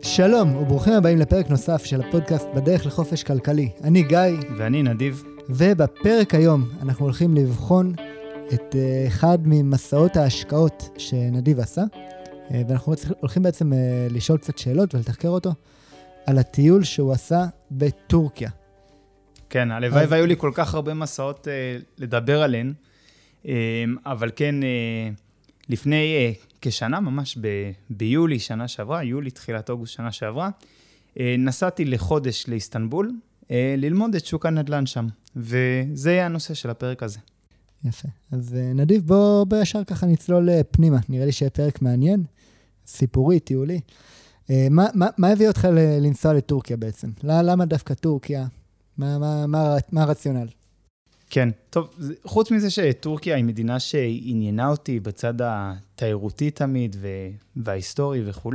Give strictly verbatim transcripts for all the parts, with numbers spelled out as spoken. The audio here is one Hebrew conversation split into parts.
שלום וברוכים הבאים לפרק נוסף של הפודקאסט בדרך לחופש כלכלי. אני גיא. ואני נדיב. ובפרק היום אנחנו הולכים לבחון את אחד ממסעות ההשקעות שנדיב עשה, ואנחנו הולכים בעצם לשאול קצת שאלות ולתחקר אותו על הטיול שהוא עשה בטורקיה. כן, הלוואי והיו לי כל כך הרבה מסעות לדבר עליהן, אבל כן, לפני כשנה, ממש ב- ביולי שנה שעברה, יולי, תחילת אוגוסט שנה שעברה, נסעתי לחודש לאיסטנבול, ללמוד את שוק הנדל"ן שם, וזה היה הנושא של הפרק הזה. יפה. אז נדיב, בוא בישר ככה נצלול פנימה. נראה לי שיהיה פרק מעניין, סיפורי, טיולי. מה, מה, מה הביא אותך לנסוע לטורקיה בעצם? למה דווקא טורקיה? מה, מה, מה, מה הרציונל? כן, טוב, חוץ מזה שטורקיה היא מדינה שעניינה אותי בצד התיירותי תמיד וההיסטורי וכו',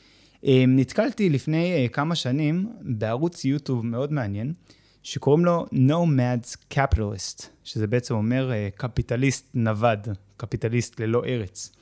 נתקלתי לפני כמה שנים בערוץ יוטיוב מאוד מעניין, שקוראים לו Nomads Capitalist, שזה בעצם אומר קפיטליסט נווד, קפיטליסט ללא ארץ.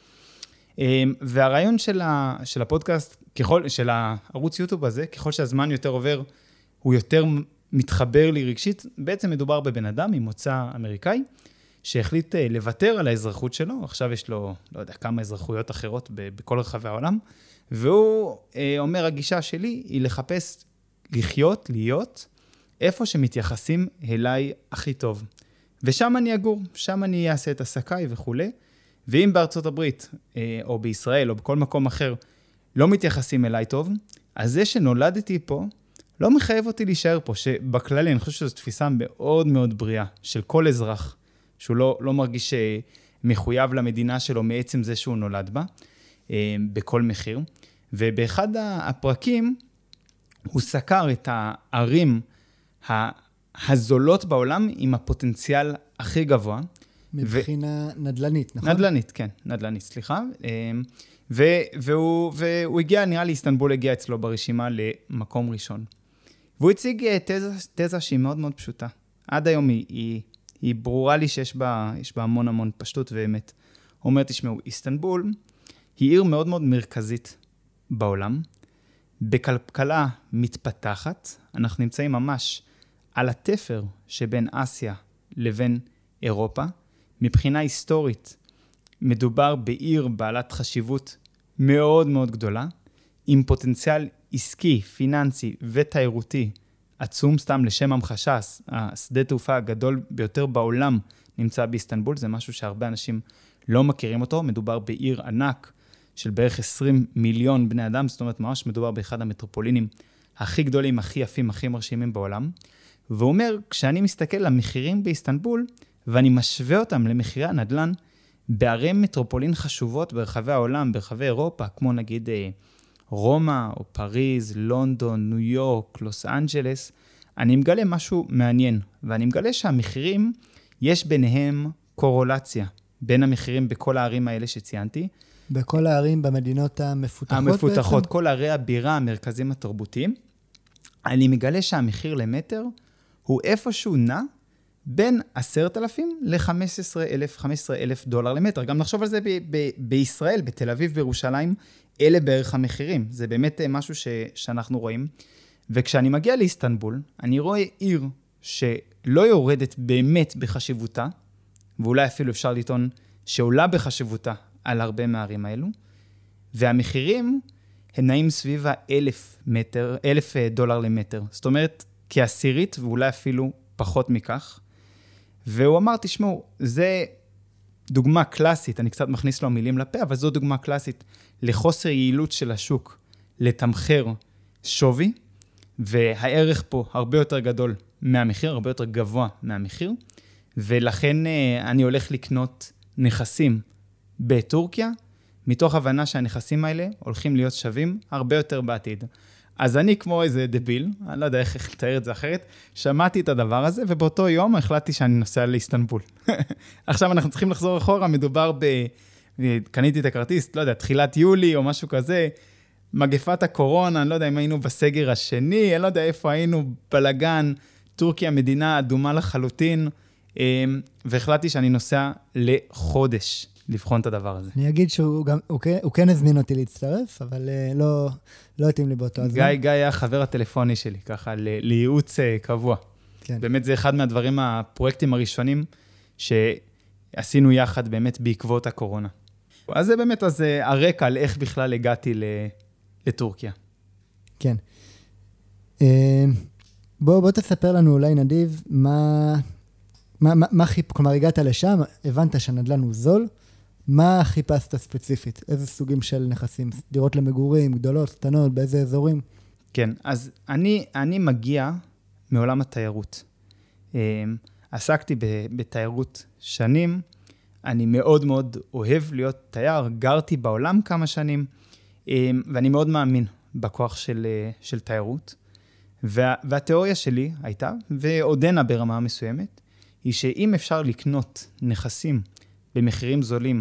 והרעיון של, ה, של הפודקאסט, ככל, של הערוץ יוטיוב הזה, ככל שהזמן יותר עובר, הוא יותר מתחבר לי רגשית. בעצם מדובר בבן אדם עם מוצא אמריקאי, שהחליט לוותר על האזרחות שלו, עכשיו יש לו, לא יודע, כמה אזרחויות אחרות בכל רחבי העולם, והוא אומר, הגישה שלי היא לחפש, לחיות, להיות, איפה שמתייחסים אליי הכי טוב. ושם אני אגור, שם אני אעשה את עסקיי וכו'. ואם בארצות הברית, או בישראל, או בכל מקום אחר, לא מתייחסים אליי טוב, אז זה שנולדתי פה, לא מחייב אותי להישאר פה, שבכללי אני חושב שזו תפיסה מאוד מאוד בריאה, של כל אזרח, שהוא לא, לא מרגיש מחויב למדינה שלו מעצם זה שהוא נולד בה, בכל מחיר. ובאחד הפרקים, הוא סקר את הערים הזולות בעולם, עם הפוטנציאל הכי גבוה. מבחינה ו... נדלנית, נכון? נדלנית, כן, נדלנית, סליחה. ו... והוא, והוא הגיע, נראה לי, איסטנבול הגיע אצלו ברשימה למקום ראשון. והוא הציג תזה, תזה שהיא מאוד מאוד פשוטה. עד היום היא, היא, היא ברורה לי שיש בה, יש בה המון המון פשטות ואמת. הוא אומר, תשמעו, איסטנבול היא עיר מאוד מאוד מרכזית בעולם. בכלכלה מתפתחת, אנחנו נמצאים ממש על התפר שבין אסיה לבין אירופה. מבחינה היסטורית, מדובר בעיר בעלת חשיבות מאוד מאוד גדולה, עם פוטנציאל עסקי, פיננסי ותיירותי עצום. סתם לשם המחשה, השדה תעופה הגדול ביותר בעולם נמצא באיסטנבול, זה משהו שהרבה אנשים לא מכירים אותו, מדובר בעיר ענק של בערך עשרים מיליון בני אדם, זאת אומרת ממש מדובר באחד המטרופולינים הכי גדולים, הכי יפים, הכי מרשימים בעולם. והוא אומר, כשאני מסתכל על המחירים באיסטנבול, ואני משווה אותם למחירי הנדל"ן, בערי מטרופולין חשובות ברחבי העולם, ברחבי אירופה, כמו נגיד רומא או פריז, לונדון, ניו יורק, לוס אנג'לס, אני מגלה משהו מעניין, ואני מגלה שהמחירים, יש ביניהם קורולציה, בין המחירים בכל הערים האלה שציינתי. בכל הערים במדינות המפותחות, המפותחות, בעצם? כל ערי הבירה, המרכזים התרבותיים, אני מגלה שהמחיר למטר הוא איפשהו נע, בין עשרת אלפים ל-חמישה עשר אלף דולר למטר. גם נחשוב על זה ב- ב- בישראל, בתל אביב, בירושלים, אלה בערך המחירים. זה באמת משהו ש- שאנחנו רואים. וכשאני מגיע לאיסטנבול, אני רואה עיר שלא יורדת באמת בחשיבותה, ואולי אפילו אפשר לטעון שעולה בחשיבותה על הרבה מהערים האלו, והמחירים הם נעים סביב האלף מטר, אלף דולר למטר. זאת אומרת, כעשירית ואולי אפילו פחות מכך. והוא אמר, תשמעו, זה דוגמה קלאסית, אני קצת מכניס לו מילים לפה, אבל זו דוגמה קלאסית לחוסר יעילות של השוק, לתמחר שווי, והערך פה הרבה יותר גדול מהמחיר, הרבה יותר גבוה מהמחיר, ולכן אני הולך לקנות נכסים בטורקיה, מתוך הבנה שהנכסים האלה הולכים להיות שווים הרבה יותר בעתיד. אז אני כמו איזה דביל, אני לא יודע איך לתאר את זה אחרת, שמעתי את הדבר הזה, ובאותו יום החלטתי שאני נוסע לאיסטנבול. עכשיו אנחנו צריכים לחזור אחורה, מדובר ב... קניתי את הכרטיס, לא יודע, תחילת יולי או משהו כזה, מגפת הקורונה, אני לא יודע אם היינו בסגר השני, אני לא יודע איפה היינו, בלגן, טורקיה מדינה אדומה לחלוטין, והחלטתי שאני נוסע לחודש לבחון את הדבר הזה. אני אגיד שהוא גם, הוא כן, הוא כן הזמין אותי להצטרף, אבל uh, לא, לא התאים לי באותו הזמן. גיא, גיא היה חבר הטלפוני שלי, ככה, ל- לייעוץ uh, קבוע. כן. באמת זה אחד מהדברים, הפרויקטים הראשונים שעשינו יחד באמת בעקבות הקורונה. אז זה באמת אז, uh, הרקע על איך בכלל הגעתי ל- לטורקיה. כן. Uh, בוא, בוא תספר לנו אולי נדיב, מה, מה, מה, מה חיפ... כלומר, הגעת לשם, הבנת שהנדל"ן הוא זול, מה חיפשת ספציפית? איזה סוגים של נכסים? דירות למגורים, גדולות, קטנות, באיזה אזורים? כן, אז אני, אני מגיע מעולם התיירות. עסקתי בתיירות שנים, אני מאוד מאוד אוהב להיות תייר, גרתי בעולם כמה שנים, ואני מאוד מאמין בכוח של, של תיירות. וה, והתיאוריה שלי הייתה, ועודנה ברמה מסוימת, היא שאם אפשר לקנות נכסים במחירים זולים,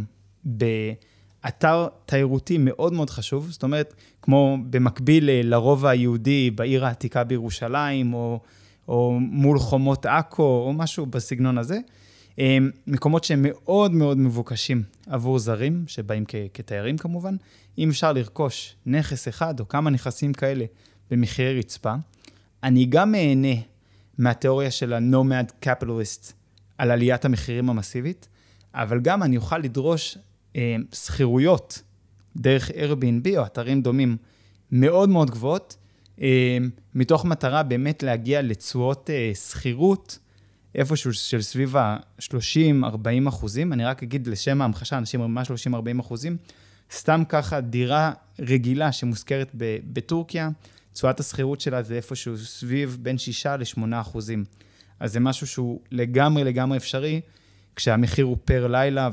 באתר תיירותי מאוד מאוד חשוב, זאת אומרת, כמו במקביל לרובע היהודי בעיר העתיקה בירושלים, או, או מול חומות עכו, או משהו בסגנון הזה, מקומות שהם מאוד מאוד מבוקשים עבור זרים, שבאים כ- כתיירים כמובן, אם אפשר לרכוש נכס אחד או כמה נכסים כאלה במחירי רצפה, אני גם מהנה מהתיאוריה של ה-Nomad Capitalist על עליית המחירים המסיבית, אבל גם אני אוכל לדרוש אה, סחירויות דרך Airbnb או אתרים דומים מאוד מאוד גבוהות, אה, מתוך מטרה באמת להגיע לתשואות אה, סחירות, איפשהו של סביב ה-שלושים עד ארבעים אחוזים, אני רק אגיד לשם ההמחשה, אנשים אומרים מה שלושים עד ארבעים אחוזים, סתם ככה דירה רגילה שמוזכרת ב- בטורקיה, תשואת הסחירות שלה זה איפשהו סביב בין שישה לשמונה אחוזים. אז זה משהו שהוא לגמרי לגמרי אפשרי, כשהמחיר הוא פר לילה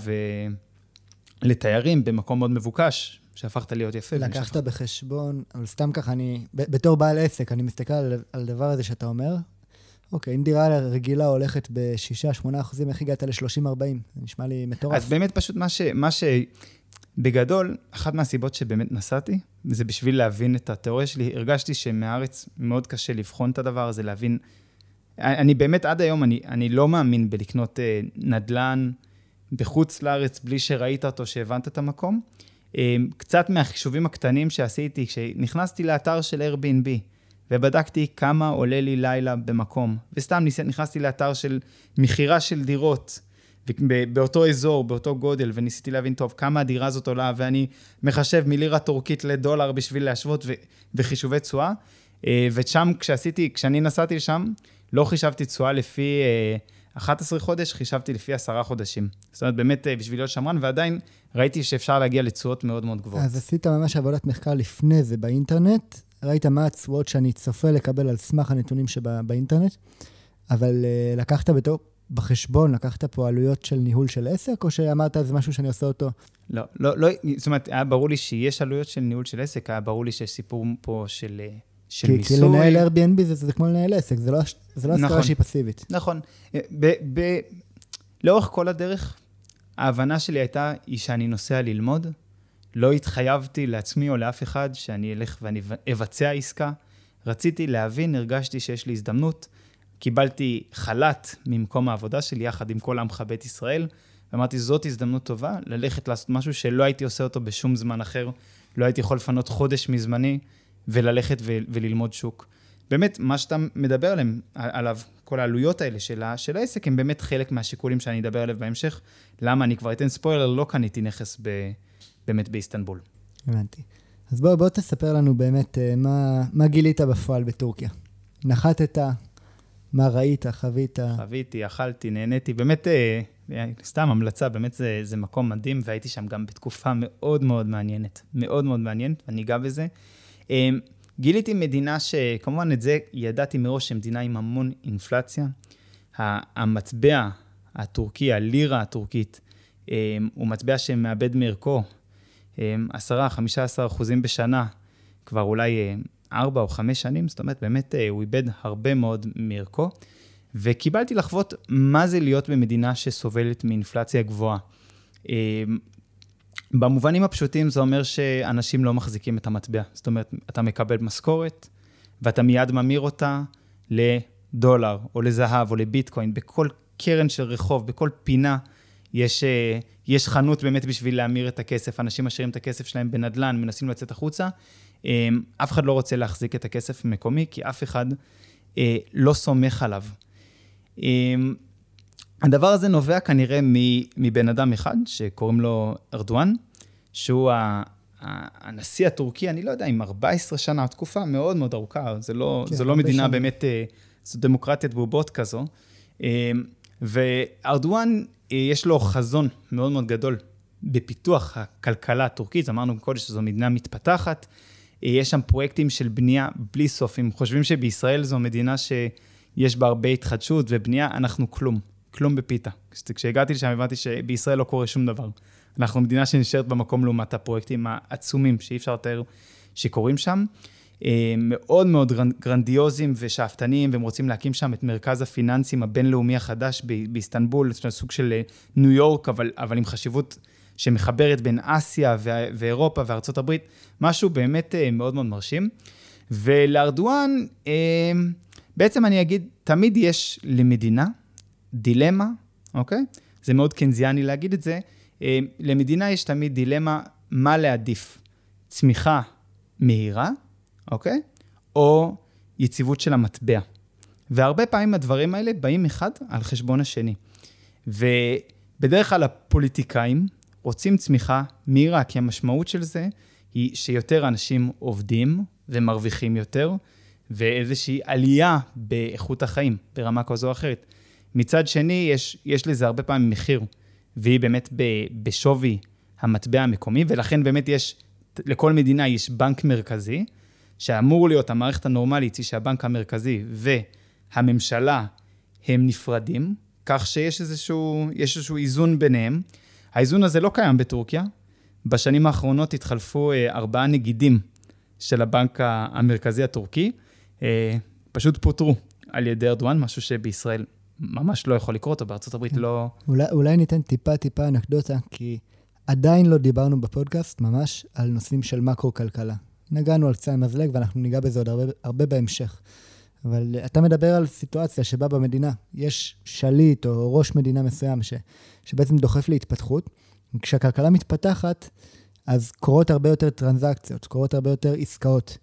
ולתיירים במקום מאוד מבוקש, שהפכת להיות יפה. לקחת בחשבון, אבל סתם ככה אני, בתור בעל עסק, אני מסתכל על, על דבר הזה שאתה אומר, אוקיי, אם דירה רגילה הולכת ב-שישה שמונה אחוזים, איך הגעת ל-שלושים ארבעים? זה נשמע לי מטורף. אז באמת פשוט מה ש... מה ש... בגדול, אחת מהסיבות שבאמת נסעתי, זה בשביל להבין את התיאוריה שלי. הרגשתי שמארץ מאוד קשה לבחון את הדבר הזה, להבין... אני באמת עד היום, אני, אני לא מאמין בלקנות אה, נדל"ן בחוץ לארץ, בלי שראית אותו, שהבנת את המקום. אה, קצת מהחישובים הקטנים שעשיתי, כשנכנסתי לאתר של Airbnb, ובדקתי כמה עולה לי לילה במקום, וסתם נכנסתי לאתר של מחירה של דירות, באותו אזור, באותו גודל, וניסיתי להבין טוב כמה הדירה הזאת עולה, ואני מחשב מלירה טורקית לדולר בשביל להשוות וחישובי תשואה, ושם כשעשיתי, כשאני נסעתי לשם, לא חישבתי תשואה לפי אחת עשרה חודש, חישבתי לפי עשרה חודשים. זאת אומרת, באמת בשביל להיות שמרן, ועדיין ראיתי שאפשר להגיע לתשואות מאוד מאוד גבוהות. אז עשית ממש עבודת מחקר לפני זה באינטרנט, ראית מה התשואות שאני צופה לקבל על סמך הנתונים שבאינטרנט, אבל לקחת בתור... בחשבון, לקחת פה עלויות של ניהול של עסק, או שאמרת זה משהו שאני עושה אותו? לא, לא, לא, זאת אומרת, היה ברור לי שיש עלויות של ניהול של עסק, היה ברור לי שיש סיפור פה של, של כי, מיסוי. כי לנהל Airbnb זה, זה כמו לנהל עסק, זה לא, זה לא נכון, הסקרה שהיא פסיבית. נכון. ב, ב, לאורך כל הדרך, ההבנה שלי הייתה, היא שאני נוסע ללמוד, לא התחייבתי לעצמי או לאף אחד שאני אלך ואני אבצע עסקה, רציתי להבין, הרגשתי שיש לי הזדמנות, קיבלתי חל"ת ממקום העבודה שלי, יחד עם כל עמך בית ישראל, ואמרתי, זאת הזדמנות טובה, ללכת לעשות משהו שלא הייתי עושה אותו בשום זמן אחר, לא הייתי יכול לפנות חודש מזמני, וללכת ו- וללמוד שוק. באמת, מה שאתה מדבר עליהם, עליו, כל העלויות האלה של, ה- של העסק, הם באמת חלק מהשיקולים שאני אדבר עליו בהמשך, למה אני כבר אתן ספוילר, לא קניתי נכס ב- באמת באיסטנבול. הבנתי. אז בוא, בוא תספר לנו באמת מה, מה גילית בפועל בטורקיה. נחתת, מה ראית, חווית? חוויתי, אכלתי, נהניתי, באמת, סתם המלצה, באמת זה, זה מקום מדהים, והייתי שם גם בתקופה מאוד מאוד מעניינת, מאוד מאוד מעניינת, ואני אגע בזה. גיליתי מדינה שכמובן את זה ידעתי מראש, שמדינה עם המון אינפלציה. המטבע הטורקי, הלירה הטורקית, הוא מטבע שמאבד מערכו, עשרה, חמישה עשר אחוזים בשנה, כבר אולי ארבע או חמש שנים, זאת אומרת, באמת הוא איבד הרבה מאוד מערכו, וקיבלתי לחוות מה זה להיות במדינה שסובלת מאינפלציה גבוהה. במובנים הפשוטים זה אומר שאנשים לא מחזיקים את המטבע, זאת אומרת, אתה מקבל משכורת, ואתה מיד ממיר אותה לדולר, או לזהב, או לביטקוין, בכל קרן של רחוב, בכל פינה, יש, יש חנות באמת בשביל להמיר את הכסף, אנשים משאירים את הכסף שלהם בנדלן, מנסים לצאת החוצה, אף אחד לא רוצה להחזיק את הכסף מקומי, כי אף אחד לא סומך עליו. הדבר הזה נובע כנראה מבן אדם אחד, שקוראים לו ארדואן, שהוא הנשיא הטורקי, אני לא יודע, עם ארבע עשרה שנה, תקופה מאוד מאוד ארוכה, זה לא, כן, זה לא מדינה שנה. באמת, זו דמוקרטיית בובות כזו, וארדואן יש לו חזון מאוד מאוד גדול בפיתוח הכלכלה הטורקית, אמרנו קודם שזו מדינה מתפתחת, יש שם פרויקטים של בנייה בלי סוף, אם חושבים שבישראל זו מדינה שיש בה הרבה התחדשות ובנייה, אנחנו כלום, כלום בפיתה. כשהגעתי לשם הבנתי שבישראל לא קורה שום דבר. אנחנו מדינה שנשארת במקום לעומת הפרויקטים העצומים שאי אפשר לתאר שקורים שם. מאוד מאוד גרנדיוזיים ושאפתניים, והם רוצים להקים שם את מרכז הפיננסים הבינלאומי החדש באיסטנבול, סוג של ניו יורק, אבל, אבל עם חשיבות שמחברת בין אסיה ואירופה וארצות הברית, משהו באמת מאוד מאוד מרשים. ולארדואן, בעצם אני אגיד, תמיד יש למדינה דילמה, אוקיי? זה מאוד קנזיאני להגיד את זה, למדינה יש תמיד דילמה מה להעדיף, צמיחה מהירה, אוקיי? או יציבות של המטבע. והרבה פעמים הדברים האלה באים אחד על חשבון השני. ובדרך כלל הפוליטיקאים רוצים צמיחה מהירה, כי המשמעות של זה היא שיותר אנשים עובדים ומרוויחים יותר, ואיזושהי עלייה באיכות החיים, ברמה כזו או אחרת. מצד שני, יש, יש לזה הרבה פעמים מחיר, והיא באמת בשווי המטבע המקומי, ולכן באמת יש, לכל מדינה יש בנק מרכזי, שאמור להיות המערכת הנורמלית, היא שהבנק המרכזי והממשלה הם נפרדים, כך שיש איזשהו, יש איזשהו איזון ביניהם. האיזון הזה לא קיים בטורקיה. בשנים האחרונות התחלפו ארבעה נגידים של הבנק המרכזי הטורקי, פשוט פוטרו על ידי ארדואן, משהו שבישראל ממש לא יכול לקרות, או בארצות הברית לא... אולי, אולי ניתן טיפה טיפה אנקדוטה, כי עדיין לא דיברנו בפודקאסט ממש על נושאים של מקרו-כלכלה. נגענו על קצה המזלג, ואנחנו ניגע בזה עוד הרבה, הרבה בהמשך. אבל אתה מדבר על סיטואציה שבה במדינה יש שליט או ראש מדינה מסוים ש, שבעצם דוחף להתפתחות. כשהכלכלה מתפתחת, אז קורות הרבה יותר טרנזקציות, קורות הרבה יותר עסקאות.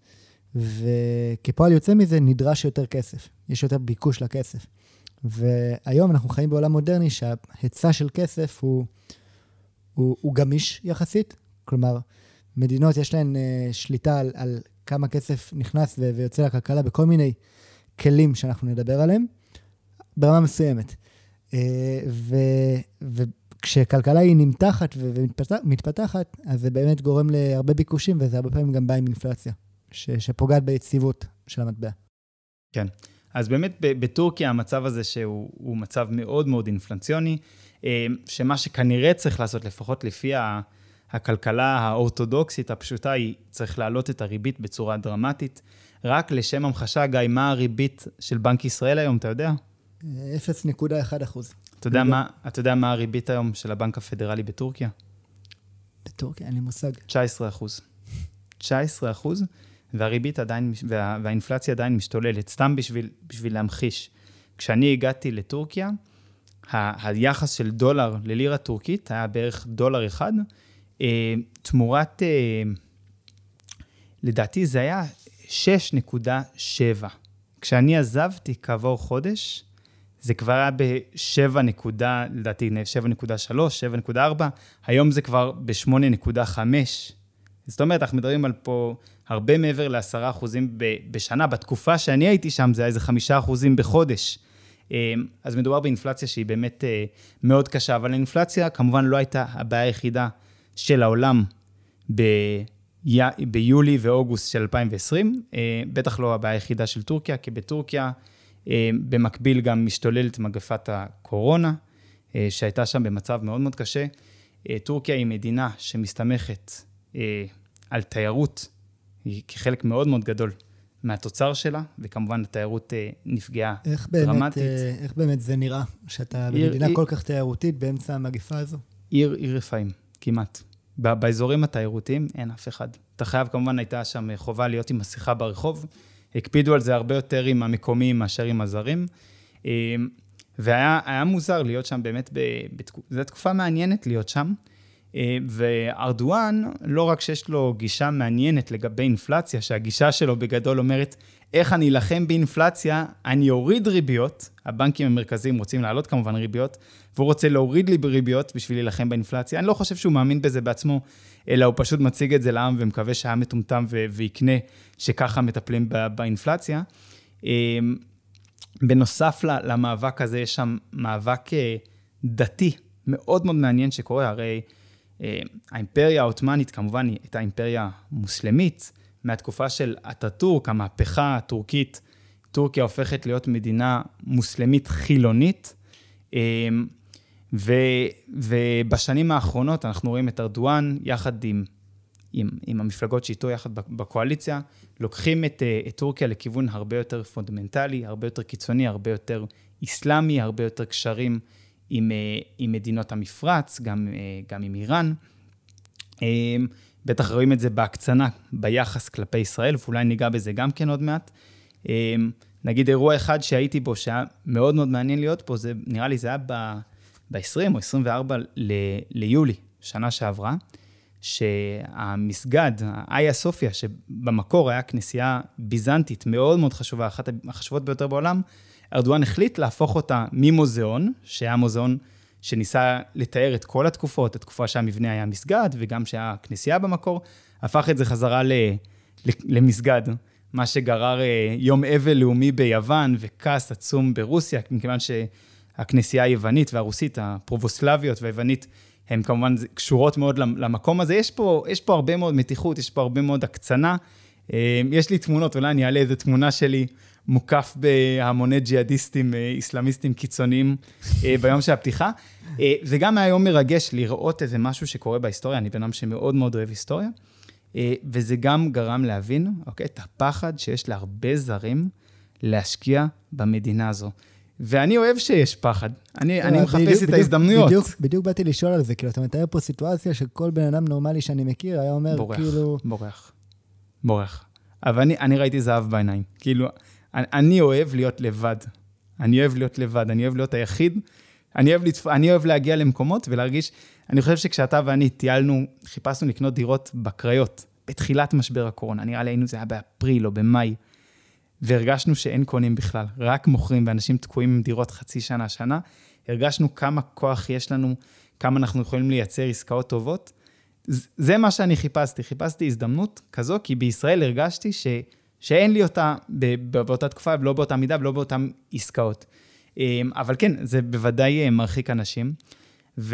וכפועל יוצא מזה נדרש יותר כסף. יש יותר ביקוש לכסף. והיום אנחנו חיים בעולם מודרני שההיצע של כסף הוא, הוא, הוא גמיש יחסית. כלומר, מדינות יש להן uh, שליטה על, על כמה כסף נכנס ו- ויוצא לכלכלה בכל מיני כלים שאנחנו נדבר עליהם, ברמה מסוימת. Uh, ו- וכשכלכלה היא נמתחת ו- ומתפתחת, אז זה באמת גורם להרבה ביקושים, וזה הרבה פעמים גם בא עם אינפלציה, ש- שפוגעת ביציבות של המטבע. כן. אז באמת בטורקיה המצב הזה שהוא מצב מאוד מאוד אינפלציוני, שמה שכנראה צריך לעשות, לפחות לפי הכלכלה האורתודוקסית הפשוטה, היא צריך להעלות את הריבית בצורה דרמטית. רק לשם המחשה, גיא, מה הריבית של בנק ישראל היום, אתה יודע? אפס נקודה אחת אחוז. אתה יודע מה, אתה יודע מה הריבית היום של הבנק הפדרלי בטורקיה? בטורקיה, אין לי מושג. תשע עשרה אחוז. תשע עשרה אחוז, והריבית עדיין, וה, והאינפלציה עדיין משתוללת, סתם בשביל, בשביל להמחיש. כשאני הגעתי לטורקיה, ה, היחס של דולר ללירה טורקית היה בערך דולר אחד, אה, תמורת, אה, לדעתי זה היה שש נקודה שבע. כשאני עזבתי כעבור חודש, זה כבר היה ב-שבע, לדעתי, שבע נקודה שלוש, שבע נקודה ארבע, היום זה כבר ב-שמונה נקודה חמש. זאת אומרת, אנחנו מדברים על פה הרבה מעבר ל-עשרה אחוזים בשנה, בתקופה שאני הייתי שם זה היה איזה חמישה אחוזים בחודש. אז מדובר באינפלציה שהיא באמת מאוד קשה, אבל האינפלציה כמובן לא הייתה הבעיה היחידה של העולם ב... ביולי ואוגוסט של אלפיים ועשרים, בטח לא הבעיה היחידה של טורקיה, כי בטורקיה במקביל גם משתוללת מגפת הקורונה, שהייתה שם במצב מאוד מאוד קשה. טורקיה היא מדינה שמסתמכת על תיירות, היא כחלק מאוד מאוד גדול מהתוצר שלה, וכמובן התיירות נפגעה איך דרמטית. באמת, איך באמת זה נראה, שאתה במדינה עיר, כל כך תיירותית באמצע המגפה הזו? עיר, עיר רפאים, כמעט. באזורים התיירותיים אין אף אחד. אתה חייב, כמובן הייתה שם חובה להיות עם מסכה ברחוב, הקפידו על זה הרבה יותר עם המקומיים מאשר עם הזרים, והיה היה מוזר להיות שם באמת, בתקופה, זו תקופה מעניינת להיות שם, וארדואן, לא רק שיש לו גישה מעניינת לגבי אינפלציה, שהגישה שלו בגדול אומרת, איך אני אלחם באינפלציה, אני אוריד ריביות, הבנקים המרכזיים רוצים להעלות כמובן ריביות, והוא רוצה להוריד לי בריביות בשביל להילחם באינפלציה. אני לא חושב שהוא מאמין בזה בעצמו, אלא הוא פשוט מציג את זה לעם ומקווה שהעם מטומטם ו- ויקנה שככה מטפלים באינפלציה. בנוסף למאבק הזה, יש שם מאבק דתי מאוד מאוד מעניין שקורה, הרי האימפריה העות'מאנית כמובן היא הייתה אימפריה מוסלמית, מהתקופה של אטאטורק, המהפכה הטורקית, טורקיה הופכת להיות מדינה מוסלמית חילונית, ו, ובשנים האחרונות אנחנו רואים את ארדואן יחד עם, עם, עם המפלגות שאיתו יחד בקואליציה, לוקחים את, את טורקיה לכיוון הרבה יותר פונדמנטלי, הרבה יותר קיצוני, הרבה יותר איסלאמי, הרבה יותר קשרים עם, עם מדינות המפרץ, גם, גם עם איראן. בטח רואים את זה בהקצנה, ביחס כלפי ישראל, ואולי ניגע בזה גם כן עוד מעט. נגיד אירוע אחד שהייתי בו, שהיה מאוד מאוד מעניין להיות פה, זה, נראה לי זה היה ב-עשרים או עשרים וארבע ליולי, שנה שעברה, שהמסגד, האיה סופיה, שבמקור היה כנסייה ביזנטית מאוד מאוד חשובה, אחת החשובות ביותר בעולם, ארדואן החליט להפוך אותה ממוזיאון, שהיה מוזיאון שניסה לתאר את כל התקופות, התקופה שהמבנה היה מסגד, וגם שהכנסייה במקור, הפך את זה חזרה ל, למסגד, מה שגרר יום אבל לאומי ביוון, וכעס עצום ברוסיה, מכיוון שהכנסייה היוונית והרוסית, הפרובוסלביות והיוונית, הן כמובן קשורות מאוד למקום הזה. יש פה, יש פה הרבה מאוד מתיחות, יש פה הרבה מאוד הקצנה. יש לי תמונות, אולי אני אעלה איזו תמונה שלי, מוקף בהמוני ג'יהאדיסטים, איסלאמיסטים קיצוניים ביום של הפתיחה. זה גם היה יום מרגש לראות איזה משהו שקורה בהיסטוריה, אני בן אדם שמאוד מאוד אוהב היסטוריה, וזה גם גרם להבין, אוקיי, את הפחד שיש להרבה זרים להשקיע במדינה הזו. ואני אוהב שיש פחד, אני, אני מחפש בדיוק, את בדיוק, ההזדמנויות. בדיוק, בדיוק באתי לשאול על זה, כאילו, אתה מתאר פה סיטואציה שכל בן אדם נורמלי שאני מכיר, היה אומר, בורח, כאילו... בורח, בורח. אבל אני, אני ראיתי זהב בעיניים, כאילו, אני, אני אוהב להיות לבד, אני אוהב להיות לבד, אני אוהב להיות היחיד, אני אוהב, לצפ... אני אוהב להגיע למקומות ולהרגיש, אני חושב שכשאתה ואני טיילנו, חיפשנו לקנות דירות בקריות, בתחילת משבר הקורונה, נראה לי היינו, זה היה באפריל או במאי, והרגשנו שאין קונים בכלל, רק מוכרים, ואנשים תקועים עם דירות חצי שנה, שנה, הרגשנו כמה כוח יש לנו, כמה אנחנו יכולים לייצר עסקאות טובות, זה מה שאני חיפשתי, חיפשתי הזדמנות כזו, כי בישראל הרגשתי ש... שאין לי אותה באותה תקופה, ולא באותה מידה, ולא באותן עסקאות. אבל כן, זה בוודאי מרחיק אנשים, ו...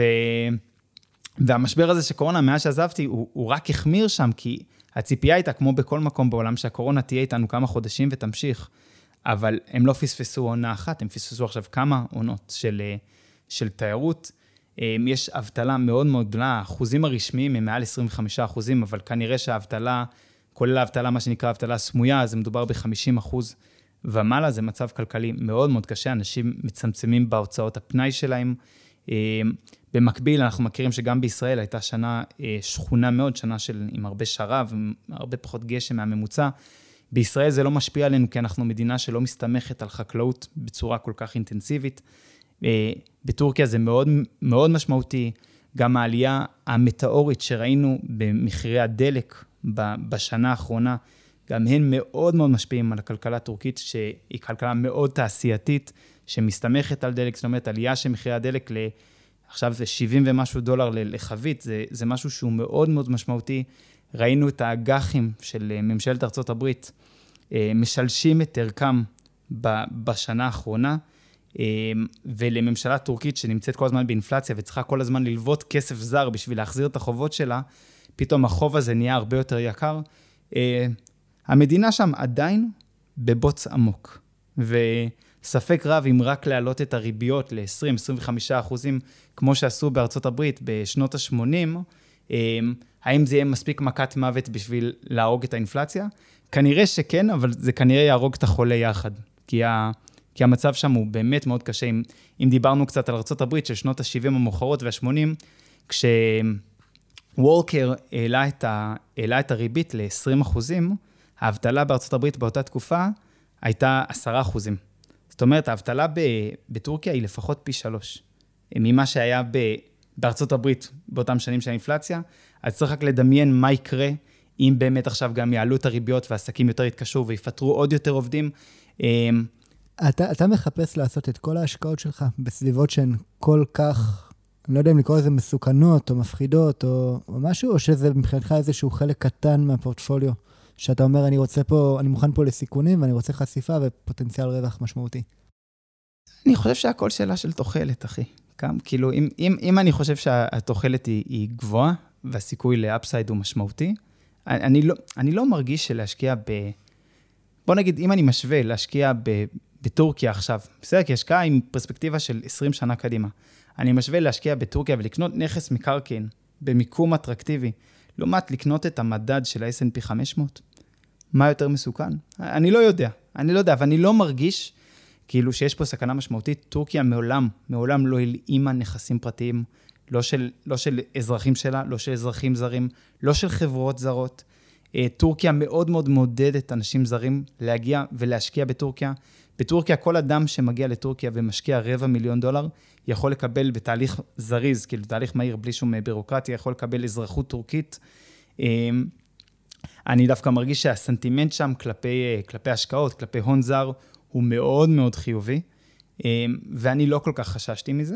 והמשבר הזה שקורונה, מאז שעזבתי, הוא, הוא רק החמיר שם, כי הציפייה הייתה, כמו בכל מקום בעולם, שהקורונה תהיה איתנו כמה חודשים ותמשיך, אבל הם לא פספסו עונה אחת, הם פספסו עכשיו כמה עונות של, של תיירות. יש אבטלה מאוד מאוד גדולה, האחוזים הרשמיים הם מעל עשרים וחמישה אחוזים, אבל כנראה שהאבטלה, כולל האבטלה, מה שנקרא אבטלה סמויה, אז זה מדובר ב-חמישים אחוז ומעלה, זה מצב כלכלי מאוד מאוד קשה, אנשים מצמצמים בהוצאות הפנאי שלהם. במקביל, אנחנו מכירים שגם בישראל הייתה שנה שכונה מאוד, שנה של, עם הרבה שרב, עם הרבה פחות גשם מהממוצע. בישראל זה לא משפיע עלינו, כי אנחנו מדינה שלא מסתמכת על חקלאות בצורה כל כך אינטנסיבית. בטורקיה זה מאוד, מאוד משמעותי, גם העלייה המטאורית שראינו במחירי הדלק בשנה האחרונה, גם הן מאוד מאוד משפיעים על הכלכלה הטורקית, שהיא כלכלה מאוד תעשייתית, שמסתמכת על דלק, זאת אומרת, עלייה של מחירי הדלק, ל... עכשיו זה שבעים ומשהו דולר לחבית, זה, זה משהו שהוא מאוד מאוד משמעותי. ראינו את האג"חים של ממשלת ארצות הברית, משלשים את ערכם בשנה האחרונה, ולממשלה טורקית שנמצאת כל הזמן באינפלציה, וצריכה כל הזמן ללוות כסף זר בשביל להחזיר את החובות שלה, פתאום החוב הזה נהיה הרבה יותר יקר. המדינה שם עדיין בבוץ עמוק, וספק רב אם רק להעלות את הריביות ל-עשרים עד עשרים וחמישה אחוזים, כמו שעשו בארצות הברית בשנות ה-שמונים, האם זה יהיה מספיק מכת מוות בשביל להרוג את האינפלציה? כנראה שכן, אבל זה כנראה יהרוג את החולה יחד, כי, ה, כי המצב שם הוא באמת מאוד קשה. אם, אם דיברנו קצת על ארצות הברית של שנות ה-שבעים המאוחרות וה-שמונים, כשוולקר העלה את, ה, העלה את הריבית ל-עשרים אחוזים, האבטלה בארצות הברית באותה תקופה הייתה עשרה אחוזים. זאת אומרת, האבטלה בטורקיה היא לפחות פי שלוש. ממה שהיה בארצות הברית באותם שנים של האינפלציה, אז צריך רק לדמיין מה יקרה, אם באמת עכשיו גם יעלו את הריביות והעסקים יותר יתקשרו ויפטרו עוד יותר עובדים. אתה, אתה מחפש לעשות את כל ההשקעות שלך בסביבות שהן כל כך, אני לא יודע אם לקרוא לזה מסוכנות או מפחידות או, או משהו, או שזה מבחינתך איזשהו חלק קטן מהפורטפוליו, שאתה אומר, אני רוצה פה, אני מוכן פה לסיכונים, ואני רוצה חשיפה ופוטנציאל רווח משמעותי. אני חושב שהכל שאלה של תוחלת, אחי. גם, כאילו, אם, אם, אם אני חושב שהתוחלת היא, היא גבוהה, והסיכוי לאפסייד הוא משמעותי, אני, אני לא, אני לא מרגיש שלהשקיע ב... בוא נגיד, אם אני משווה להשקיע ב, בטורקיה עכשיו, בסדר, כי השקעה עם פרספקטיבה של עשרים שנה קדימה, אני משווה להשקיע בטורקיה ולקנות נכס מקרקעין במיקום אטרקטיבי, לעומת לקנות את המדד של ה-אס אנד פי חמש מאות. מה יותר מסוכן? אני לא יודע, אני לא יודע, אבל אני לא מרגיש כאילו שיש פה סכנה משמעותית. טורקיה מעולם, מעולם לא הלאימה נכסים פרטיים, לא של, לא של אזרחים שלה, לא של אזרחים זרים, לא של חברות זרות. טורקיה מאוד מאוד מעודדת אנשים זרים להגיע ולהשקיע בטורקיה. בטורקיה כל אדם שמגיע לטורקיה ומשקיע רבע מיליון דולר, יכול לקבל בתהליך זריז, כאילו תהליך מהיר בלי שום בירוקרטיה, יכול לקבל אזרחות טורקית. אני דווקא מרגיש שהסנטימנט שם כלפי, כלפי השקעות, כלפי הון זר, הוא מאוד מאוד חיובי, ואני לא כל כך חששתי מזה.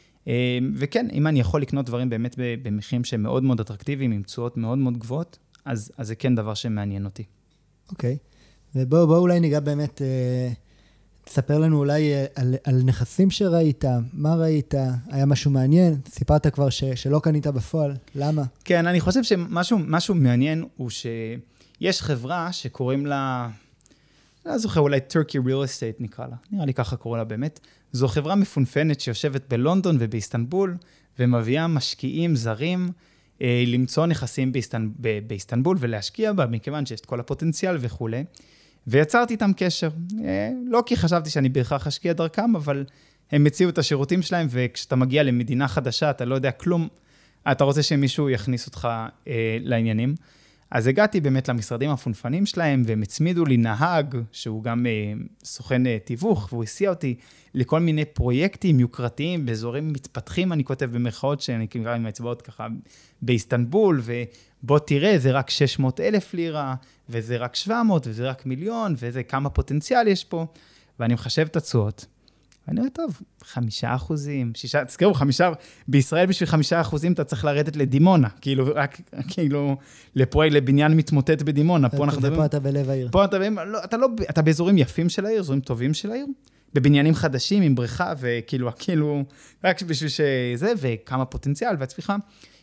וכן, אם אני יכול לקנות דברים באמת במחירים שהם מאוד מאוד אטרקטיביים, עם תשואות מאוד מאוד גבוהות, אז, אז זה כן דבר שמעניין אותי. אוקיי, ובואו בוא אולי ניגע באמת, אה, תספר לנו אולי על, על נכסים שראית, מה ראית, היה משהו מעניין, סיפרת כבר ש, שלא קנית בפועל, למה? כן, אני חושב שמשהו משהו מעניין הוא שיש חברה שקוראים לה, לא זוכר, אולי Turkey Real Estate נקרא לה, נראה לי ככה קורא לה באמת, זו חברה מפונפנת שיושבת בלונדון ובאיסטנבול, ומביאה משקיעים זרים, למצוא נכסים באיסטנבול ולהשקיע בה, מכיוון שיש את כל הפוטנציאל וכו'. ויצרתי איתם קשר. לא כי חשבתי שאני בהכרח אשקיע דרכם, אבל הם הציעו את השירותים שלהם, וכשאתה מגיע למדינה חדשה, אתה לא יודע כלום, אתה רוצה שמישהו יכניס אותך לעניינים. אז הגעתי באמת למשרדים הפונפנים שלהם, והם הצמידו לי נהג, שהוא גם סוכן תיווך, והוא הסיע אותי לכל מיני פרויקטים יוקרתיים, באזורים מתפתחים, אני כותב במרכאות, שאני קרא עם האצבעות ככה, באיסטנבול, ובוא תראה, זה רק שש מאות אלף לירה, וזה רק שבע מאות, וזה רק מיליון, וזה כמה פוטנציאל יש פה, ואני מחשב את התשואות. ואני אומר, טוב, חמישה אחוזים, שישה, תזכרו, חמישה, בישראל בשביל חמישה אחוזים אתה צריך לרדת לדימונה, כאילו, רק, כאילו, לפרויקט, לבניין מתמוטט בדימונה. פה אנחנו ופה אתה בלב העיר. פה אתה, לא, אתה לא, אתה באזורים יפים של העיר, אזורים טובים של העיר, בבניינים חדשים עם בריכה, וכאילו, כאילו, רק בשביל שזה, וכמה פוטנציאל והצפיחה.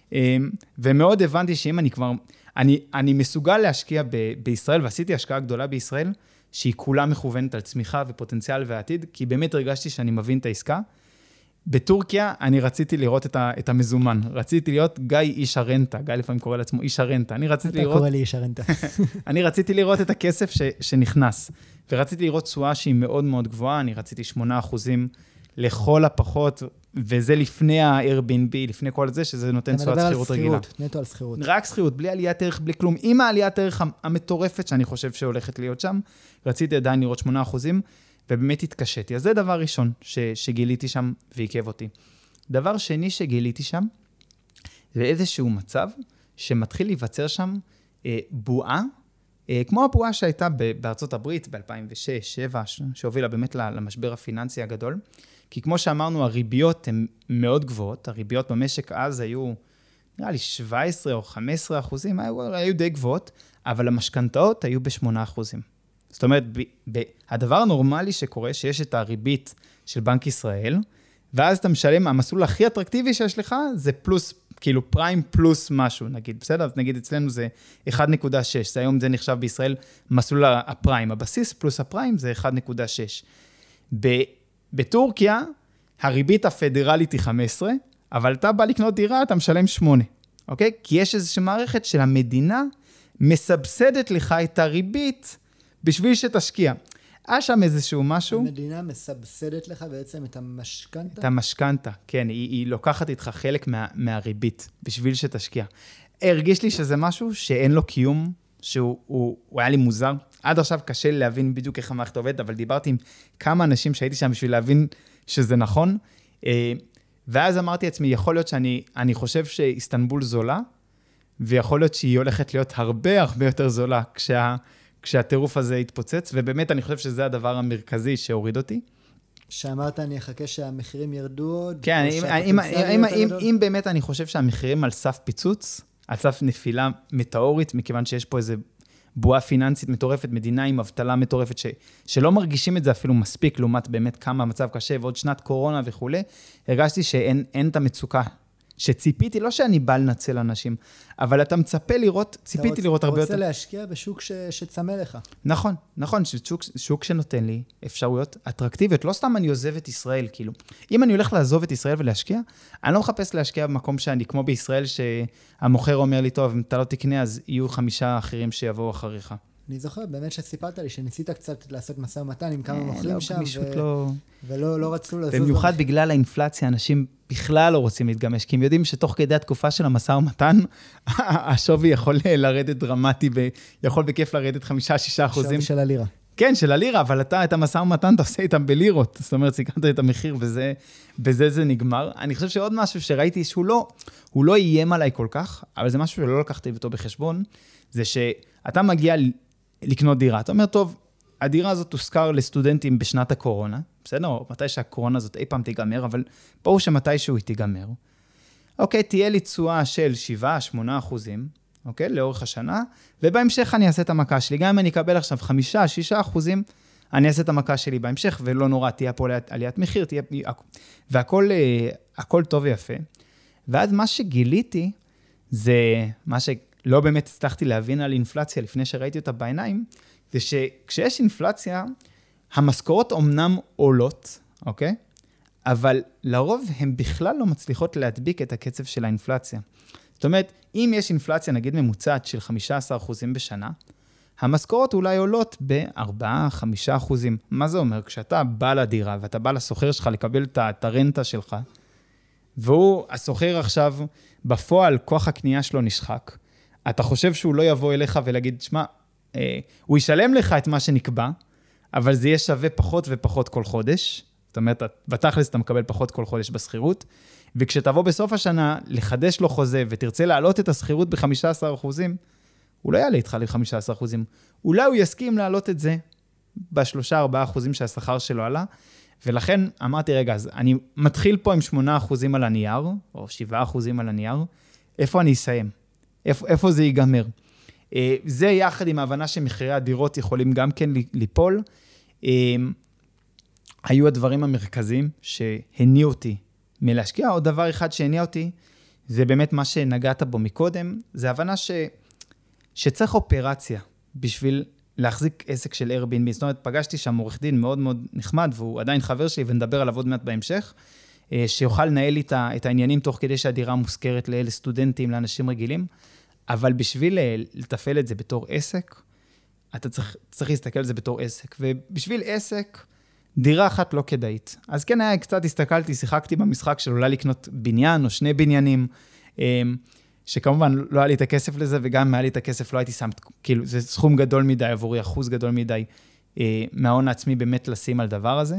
ומאוד הבנתי שאם אני כבר, אני, אני מסוגל להשקיע ב, בישראל, ועשיתי השקעה גדולה בישראל, שהיא כולה מכוונת על צמיחה ופוטנציאל ועתיד, כי באמת הרגשתי שאני מבין את העסקה. בטורקיה אני רציתי לראות את, ה, את המזומן, רציתי להיות גיא איש הרנטה, גיא לפעמים קורא לעצמו איש הרנטה, אני רציתי לראות... אתה קורא לי איש הרנטה. אני רציתי לראות את הכסף ש, שנכנס, ורציתי לראות תשואה שהיא מאוד מאוד גבוהה, אני רציתי שמונה אחוזים לכל הפחות, וזה לפני ה-Airbnb, לפני כל זה, שזה נותן תשואת שכירות רגילה. אתה מדבר על שכירות, נטו על שכירות. רק שכירות, בלי עליית ערך, בלי כלום. עם העליית ערך המטורפת שאני חושב שהולכת להיות שם, רציתי עדיין לראות שמונה אחוזים, ובאמת התקשתי. אז זה דבר ראשון ש- שגיליתי שם ועיכב אותי. דבר שני שגיליתי שם, זה איזשהו מצב שמתחיל להיווצר שם אה, בועה, אה, כמו הבועה שהייתה בארצות הברית ב-אלפיים ושש אלפיים ושבע, שהובילה באמת למשבר הפיננסי הגדול. כי כמו שאמרנו, הריביות הן מאוד גבוהות, הריביות במשק אז היו, נראה לי, שבע עשרה או חמש עשרה אחוזים, היו, היו די גבוהות, אבל המשכנתאות היו ב-שמונה אחוזים. זאת אומרת, ב- ב- הדבר הנורמלי שקורה, שיש את הריבית של בנק ישראל, ואז אתה משלם, המסלול הכי אטרקטיבי שיש לך, זה פלוס, כאילו פריים פלוס משהו, נגיד, בסדר? אז נגיד אצלנו זה אחת נקודה שש, זה היום זה נחשב בישראל מסלול הפריים, הבסיס פלוס הפריים זה אחת נקודה שש. ב- בטורקיה, הריבית הפדרלית היא חמש עשרה, אבל אתה בא לקנות דירה, אתה משלם שמונה, אוקיי? כי יש איזושהי מערכת של המדינה מסבסדת לך את הריבית בשביל שתשקיע. היה שם איזשהו משהו... המדינה מסבסדת לך בעצם את המשכנתה? את המשכנתה, כן. היא, היא לוקחת איתך חלק מה, מהריבית בשביל שתשקיע. הרגיש לי שזה משהו שאין לו קיום, שהוא הוא, הוא היה לי מוזר. עד עכשיו קשה להבין בדיוק איך המערכת עובדת, אבל דיברתי עם כמה אנשים שהייתי שם בשביל להבין שזה נכון, ואז אמרתי לעצמי, יכול להיות שאני אני חושב שאיסטנבול זולה, ויכול להיות שהיא הולכת להיות הרבה הרבה יותר זולה, כשה, כשהטירוף הזה יתפוצץ, ובאמת אני חושב שזה הדבר המרכזי שהוריד אותי. שאמרת, אני אחכה שהמחירים ירדו עוד. כן, אם, אם, אם, אם, אם באמת אני חושב שהמחירים על סף פיצוץ, על סף נפילה מטאורית, מכיוון שיש פה איזה בועה פיננסית מטורפת, מדינה עם אבטלה מטורפת, ש, שלא מרגישים את זה אפילו מספיק, לעומת באמת כמה המצב קשה, ועוד שנת קורונה וכו', הרגשתי שאין אין את המצוקה, שציפיתי, לא שאני בא לנצל אנשים, אבל אתה מצפה לראות, ציפיתי רוצ, לראות הרבה יותר. אתה רוצה להשקיע בשוק ש, שצמא לך. נכון, נכון, שוק, שוק שנותן לי אפשרויות אטרקטיביות, לא סתם אני עוזב את ישראל, כאילו. אם אני הולך לעזוב את ישראל ולהשקיע, אני לא מחפש להשקיע במקום שאני, כמו בישראל, שהמוכר אומר לי, טוב, אם אתה לא תקנה, אז יהיו חמישה אחרים שיבואו אחריך. אני זוכר, באמת שסיפרת לי, שניסית קצת לעשות משא ומתן עם כמה מוכרים שם, ולא לא רצו לזוז. במיוחד בגלל האינפלציה, אנשים בכלל לא רוצים להתגמש, כי הם יודעים שתוך כדי התקופה של המשא ומתן, השווי יכול לרדת דרמטי, ויכול בכיף לרדת חמישה, שישה אחוזים. שווי של הלירה. כן, של הלירה, אבל אתה את המשא ומתן, אתה עושה איתם בלירות. זאת אומרת, סיכמת את המחיר, וזה, בזה זה נגמר. אני חושב שעוד משהו שראיתי, שהוא לא, הוא לא איים עליי כל כך, אבל זה משהו שלא לקחתי אותו בחשבון, זה שאתה מגיע לקנות דירה. אתה אומר, טוב, הדירה הזאת תושכר לסטודנטים בשנת הקורונה, בסדר? או מתי שהקורונה הזאת אי פעם תיגמר, אבל ברור שמתי שהוא היא תיגמר. אוקיי, תהיה לי תשואה של שבעה, שמונה אחוזים, אוקיי, לאורך השנה, ובהמשך אני אעשה את המכה שלי. גם אם אני אקבל עכשיו חמישה, שישה אחוזים, אני אעשה את המכה שלי בהמשך, ולא נורא, תהיה פה עליית מחיר, תהיה... והכל הכל טוב ויפה. ואז מה שגיליתי, זה מה שלא באמת הצלחתי להבין על אינפלציה, לפני שראיתי אותה בעיניים, זה שכשיש אינפלציה, המשכורות אומנם עולות, אוקיי? אבל לרוב הן בכלל לא מצליחות להדביק את הקצב של האינפלציה. זאת אומרת, אם יש אינפלציה, נגיד ממוצעת של חמישה עשר אחוזים בשנה, המשכורות אולי עולות ב-ארבעה עד חמישה אחוזים. מה זה אומר? כשאתה בא לדירה ואתה בא לסוחר שלך לקבל את הרנטה שלך, והוא, הסוחר עכשיו, בפועל, כוח הקנייה שלו נשחק, אתה חושב שהוא לא יבוא אליך ולהגיד, שמה, אה, הוא ישלם לך את מה שנקבע, אבל זה יהיה שווה פחות ופחות כל חודש. זאת אומרת, בתכלס אתה מקבל פחות כל חודש בסחירות, וכשתבוא בסוף השנה לחדש לו חוזה ותרצה להעלות את הסחירות ב-חמישה עשר אחוזים, הוא לא יעלה איתך ל-חמישה עשר אחוזים. אולי הוא יסכים להעלות את זה ב-שלושה ארבעה אחוזים שהשכר שלו עלה, ולכן אמרתי, רגע, אז אני מתחיל פה עם שמונה אחוזים על הנייר, או שבעה אחוזים על הנייר, איפה אני אסיים? איפה, איפה זה ייגמר? זה יחד עם ההבנה שמחירי הדירות יכולים גם כן ליפול. היו הדברים המרכזיים שהניעו אותי מלהשקיע. עוד דבר אחד שהניע אותי, זה באמת מה שנגעת בו מקודם, זה הבנה ש... שצריך אופרציה בשביל להחזיק עסק של Airbnb. זאת אומרת, פגשתי שם עורך דין מאוד מאוד נחמד, והוא עדיין חבר שלי, ונדבר עליו עוד מעט בהמשך, שיוכל לנהל איתה את העניינים תוך כדי שהדירה מוזכרת לסטודנטים, לאנשים רגילים, אבל בשביל לטפל את זה בתור עסק, אתה צריך, צריך להסתכל על זה בתור עסק, ובשביל עסק, דירה אחת לא כדאית. אז כן, היה קצת הסתכלתי, שיחקתי במשחק של אולי לקנות בניין או שני בניינים, שכמובן לא היה לי את הכסף לזה, וגם אם היה לי את הכסף לא הייתי שם, כאילו, זה סכום גדול מדי עבורי, אחוז גדול מדי מההון העצמי באמת לשים על דבר הזה.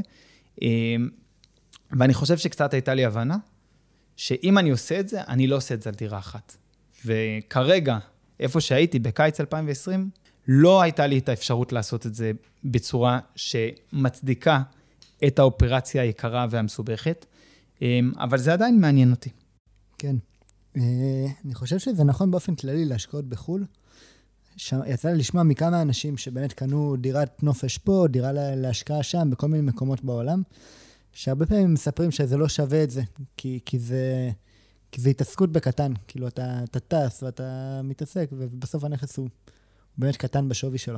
ואני חושב שקצת הייתה לי הבנה, שאם אני עושה את זה, אני לא עושה את זה על דירה אחת. וכרגע, איפה שהייתי, בקיץ אלפיים ועשרים, לא הייתה לי את האפשרות לעשות את זה בצורה שמצדיקה את האופרציה היקרה והמסובכת, אבל זה עדיין מעניין אותי. כן. אני חושב שזה נכון באופן כללי להשקעות בחול. יצא לי לשמוע מכמה אנשים שבאמת קנו דירת נופש פה, דירה להשקעה שם, בכל מיני מקומות בעולם, שהרבה פעמים מספרים שזה לא שווה את זה, כי, כי זה... כי זה התעסקות בקטן, כאילו אתה, אתה טס ואתה מתעסק, ובסוף הנכס הוא באמת קטן בשווי שלו.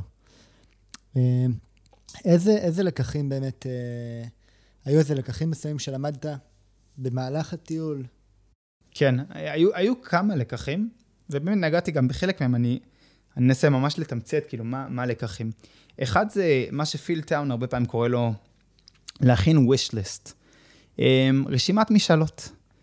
איזה, איזה לקחים באמת, היו איזה לקחים מסוימים שלמדת במהלך הטיול? כן, היו, היו כמה לקחים, ובאמת נגעתי גם בחלק מהם, אני, אני אנסה ממש לתמצת, כאילו, מה, מה הלקחים. אחד זה מה שפיל טאון הרבה פעמים קורא לו להכין wish list, רשימת משאלות.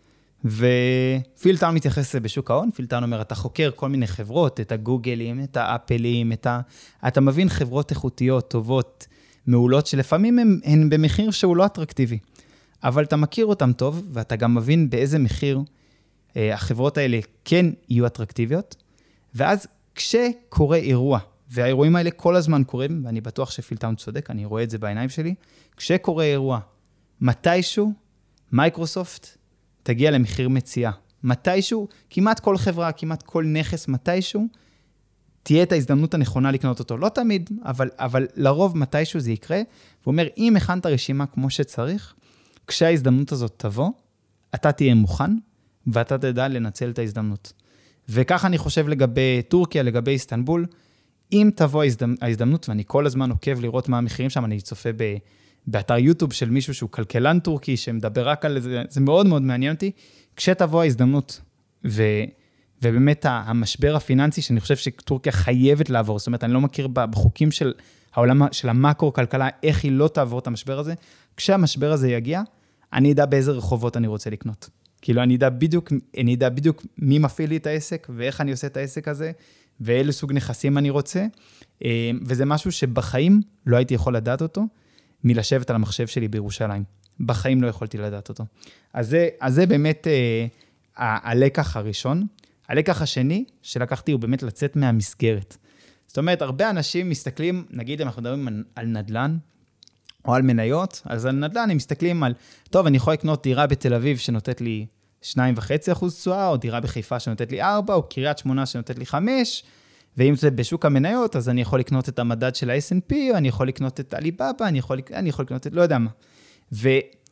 ופילטאון מתייחס בשוק ההון, פילטאון אומר, אתה חוקר כל מיני חברות, את הגוגלים, את האפלים, את ה... אתה מבין חברות איכותיות, טובות, מעולות, שלפעמים הן, הן במחיר שהוא לא אטרקטיבי. אבל אתה מכיר אותם טוב, ואתה גם מבין באיזה מחיר אה, החברות האלה כן יהיו אטרקטיביות, ואז כשקורה אירוע, והאירועים האלה כל הזמן קורים, ואני בטוח שפילטאון צודק, אני רואה את זה בעיניים שלי, כשקורה אירוע, מתישהו, מייקרוסופט תגיע למחיר מציאה. מתישהו, כמעט כל חברה, כמעט כל נכס, מתישהו, תהיה את ההזדמנות הנכונה לקנות אותו. לא תמיד, אבל, אבל לרוב מתישהו זה יקרה. הוא אומר, אם הכנת רשימה כמו שצריך, כשההזדמנות הזאת תבוא, אתה תהיה מוכן, ואתה תדע לנצל את ההזדמנות. וכך אני חושב לגבי טורקיה, לגבי איסטנבול, אם תבוא ההזדמנות, ואני כל הזמן עוקב לראות מה המחירים שם, אני צופה ב, באתר יוטיוב של מישהו שהוא כלכלן טורקי, שמדבר רק על זה, זה מאוד מאוד מעניין אותי, כשתבוא ההזדמנות, ו, ובאמת המשבר הפיננסי, שאני חושב שטורקיה חייבת לעבור, זאת אומרת, אני לא מכיר בחוקים של העולם, של המקרו-כלכלה, איך היא לא תעבור את המשבר הזה, כשהמשבר הזה יגיע, אני אדע באיזה רחובות אני רוצה לקנות. כאילו, אני אדע בדיוק, אני אדע בדיוק מי מפעיל לי את העסק, ואיך אני עושה את העסק הזה, ואילו סוג נכסים אני רוצה, וזה משהו שבחיים לא הייתי יכול לדעת אותו, מלשבת על המחשב שלי בירושלים. בחיים לא יכולתי לדעת אותו. אז זה, אז זה באמת אה, הלקח הראשון. הלקח השני שלקחתי הוא באמת לצאת מהמסגרת. זאת אומרת, הרבה אנשים מסתכלים, נגיד אם אנחנו מדברים על, על נדל"ן, או על מניות, אז על נדל"ן הם מסתכלים על, טוב, אני יכול לקנות דירה בתל אביב שנותנת לי שניים וחצי אחוז תשואה, או דירה בחיפה שנותנת לי ארבע, או קריית שמונה שנותנת לי חמש, ואם זה בשוק המניות, אז אני יכול לקנות את המדד של ה-אס אנד פי, או אני יכול לקנות את אליבאבא, אני יכול, אני יכול לקנות את, לא יודע מה. ו,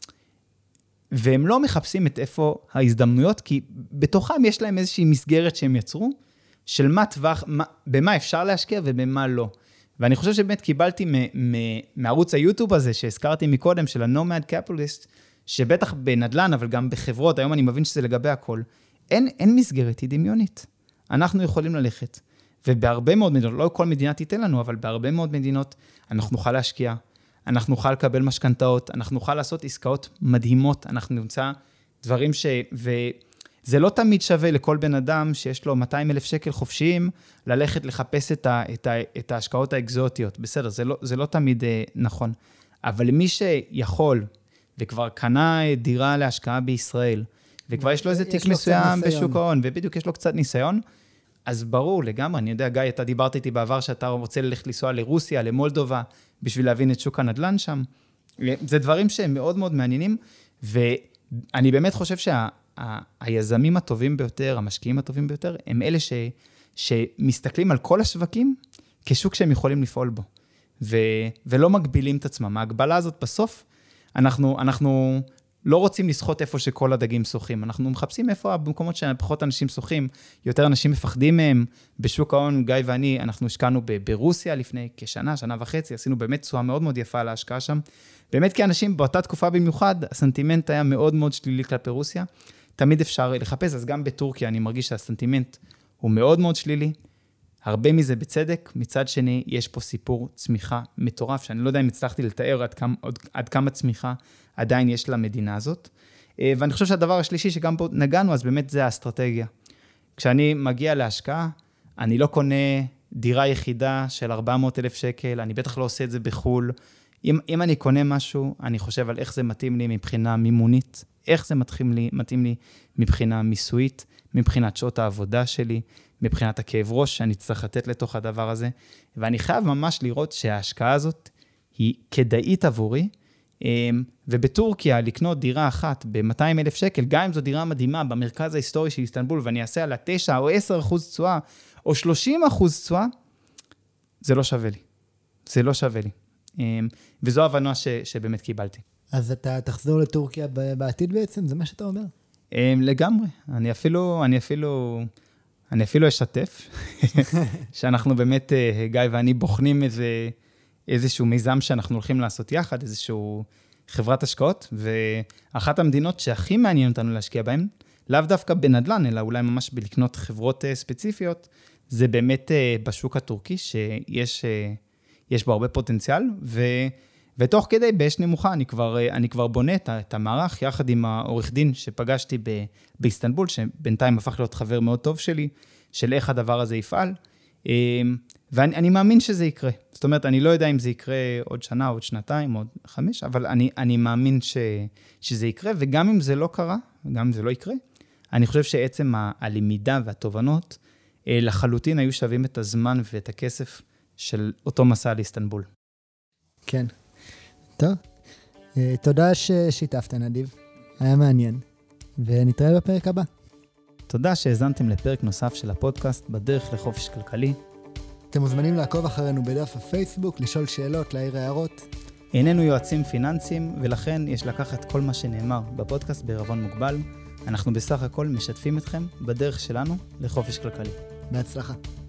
והם לא מחפשים את איפה ההזדמנויות, כי בתוכם יש להם איזושהי מסגרת שהם יצרו, של מה טווח, מה, במה אפשר להשקיע ובמה לא. ואני חושב שבאמת קיבלתי מ, מ, מערוץ היוטיוב הזה, שהזכרתי מקודם, של ה-Nomad Capitalist, שבטח בנדל"ן, אבל גם בחברות, היום אני מבין שזה לגבי הכל, אין, אין מסגרת, היא דמיונית. אנחנו יכולים ללכת. ובהרבה מאוד מדינות, לא כל מדינה תיתן לנו, אבל בהרבה מאוד מדינות אנחנו נוכל להשקיע, אנחנו נוכל לקבל משכנתאות, אנחנו נוכל לעשות עסקאות מדהימות, אנחנו נמצא דברים ש... וזה לא תמיד שווה לכל בן אדם שיש לו מאתיים אלף שקל חופשיים, ללכת לחפש את, ה... את, ה... את ההשקעות האקזוטיות. בסדר, זה לא, זה לא תמיד אה, נכון. אבל למי שיכול, וכבר קנה דירה להשקעה בישראל, וכבר יש לו איזה תיק מסוים בשוק ההון, ובדיוק יש לו קצת ניסיון, אז ברור לגמרי, אני יודע, גיא, אתה דיברת איתי בעבר שאתה רוצה ללכת לנסוע לרוסיה, למולדובה, בשביל להבין את שוק הנדל"ן שם. זה דברים שהם מאוד מאוד מעניינים, ואני באמת חושב שהיזמים הטובים ביותר, המשקיעים הטובים ביותר, הם אלה ש, שמסתכלים על כל השווקים כשוק שהם יכולים לפעול בו, ו, ולא מגבילים את עצמם. ההגבלה הזאת בסוף, אנחנו, אנחנו לא רוצים לשחות איפה שכל הדגים שוחים. אנחנו מחפשים איפה במקומות שפחות אנשים שוחים, יותר אנשים מפחדים מהם. בשוק ההון, גיא ואני, אנחנו השקענו ב- ברוסיה לפני כשנה, שנה וחצי, עשינו באמת תשואה מאוד מאוד יפה על ההשקעה שם. באמת כי אנשים באותה תקופה במיוחד, הסנטימנט היה מאוד מאוד שלילי כלפי רוסיה. תמיד אפשר לחפש, אז גם בטורקיה אני מרגיש שהסנטימנט הוא מאוד מאוד שלילי. הרבה מזה בצדק, מצד שני, יש פה סיפור צמיחה מטורף, שאני לא יודע אם הצלחתי לתאר עד כמה, עד כמה צמיחה עדיין יש למדינה הזאת. ואני חושב שהדבר השלישי שגם פה נגענו, אז באמת זה האסטרטגיה. כשאני מגיע להשקעה, אני לא קונה דירה יחידה של ארבע מאות אלף שקל, אני בטח לא עושה את זה בחול. אם, אם אני קונה משהו, אני חושב על איך זה מתאים לי מבחינה מימונית, איך זה מתאים לי, מתאים לי מבחינה מיסויית, מבחינת שעות העבודה שלי, מבחינת הכאב ראש שאני צריך לתת לתוך הדבר הזה, ואני חייב ממש לראות שההשקעה הזאת היא כדאית עבורי, ובטורקיה לקנות דירה אחת ב-מאתיים אלף שקל, גם אם זו דירה מדהימה במרכז ההיסטורי של איסטנבול, ואני אעשה עליה תשע או עשר אחוז תשואה, או שלושים אחוז תשואה, זה לא שווה לי. זה לא שווה לי. וזו הבנה ש, שבאמת קיבלתי. אז אתה תחזור לטורקיה בעתיד בעצם? זה מה שאתה אומר? לגמרי. אני אפילו, אני אפילו, אני אפילו אשתף, שאנחנו באמת, גיא ואני בוחנים איזה, איזשהו מיזם שאנחנו הולכים לעשות יחד, איזשהו חברת השקעות, ואחת המדינות שהכי מעניין אותנו להשקיע בהן, לאו דווקא בנדל"ן, אלא אולי ממש בלקנות חברות ספציפיות, זה באמת בשוק הטורקי, שיש יש בו הרבה פוטנציאל, ו, ותוך כדי, באש נמוכה, אני כבר, אני כבר בונה את המערך, יחד עם העורך דין שפגשתי ב, באיסטנבול, שבינתיים הפך להיות חבר מאוד טוב שלי, של איך הדבר הזה יפעל, ואני אני מאמין שזה יקרה. זאת אומרת, אני לא יודע אם זה יקרה עוד שנה, עוד שנתיים, עוד חמש, אבל אני, אני מאמין ש, שזה יקרה, וגם אם זה לא קרה, גם אם זה לא יקרה, אני חושב שעצם ה, הלמידה והתובנות, לחלוטין היו שווים את הזמן ואת הכסף של אותו מסע לאיסטנבול. כן. טוב. תודה ששיתפת, נדיב. היה מעניין. ונתראה בפרק הבא. תודה שהזנתם לפרק נוסף של הפודקאסט בדרך לחופש כלכלי. אתם מוזמנים לעקוב אחרינו בדף הפייסבוק, לשאול שאלות, להעיר הערות. איננו יועצים פיננסיים, ולכן יש לקחת כל מה שנאמר בפודקאסט בערבון מוגבל. אנחנו בסך הכל משתפים אתכם בדרך שלנו לחופש כלכלי. בהצלחה.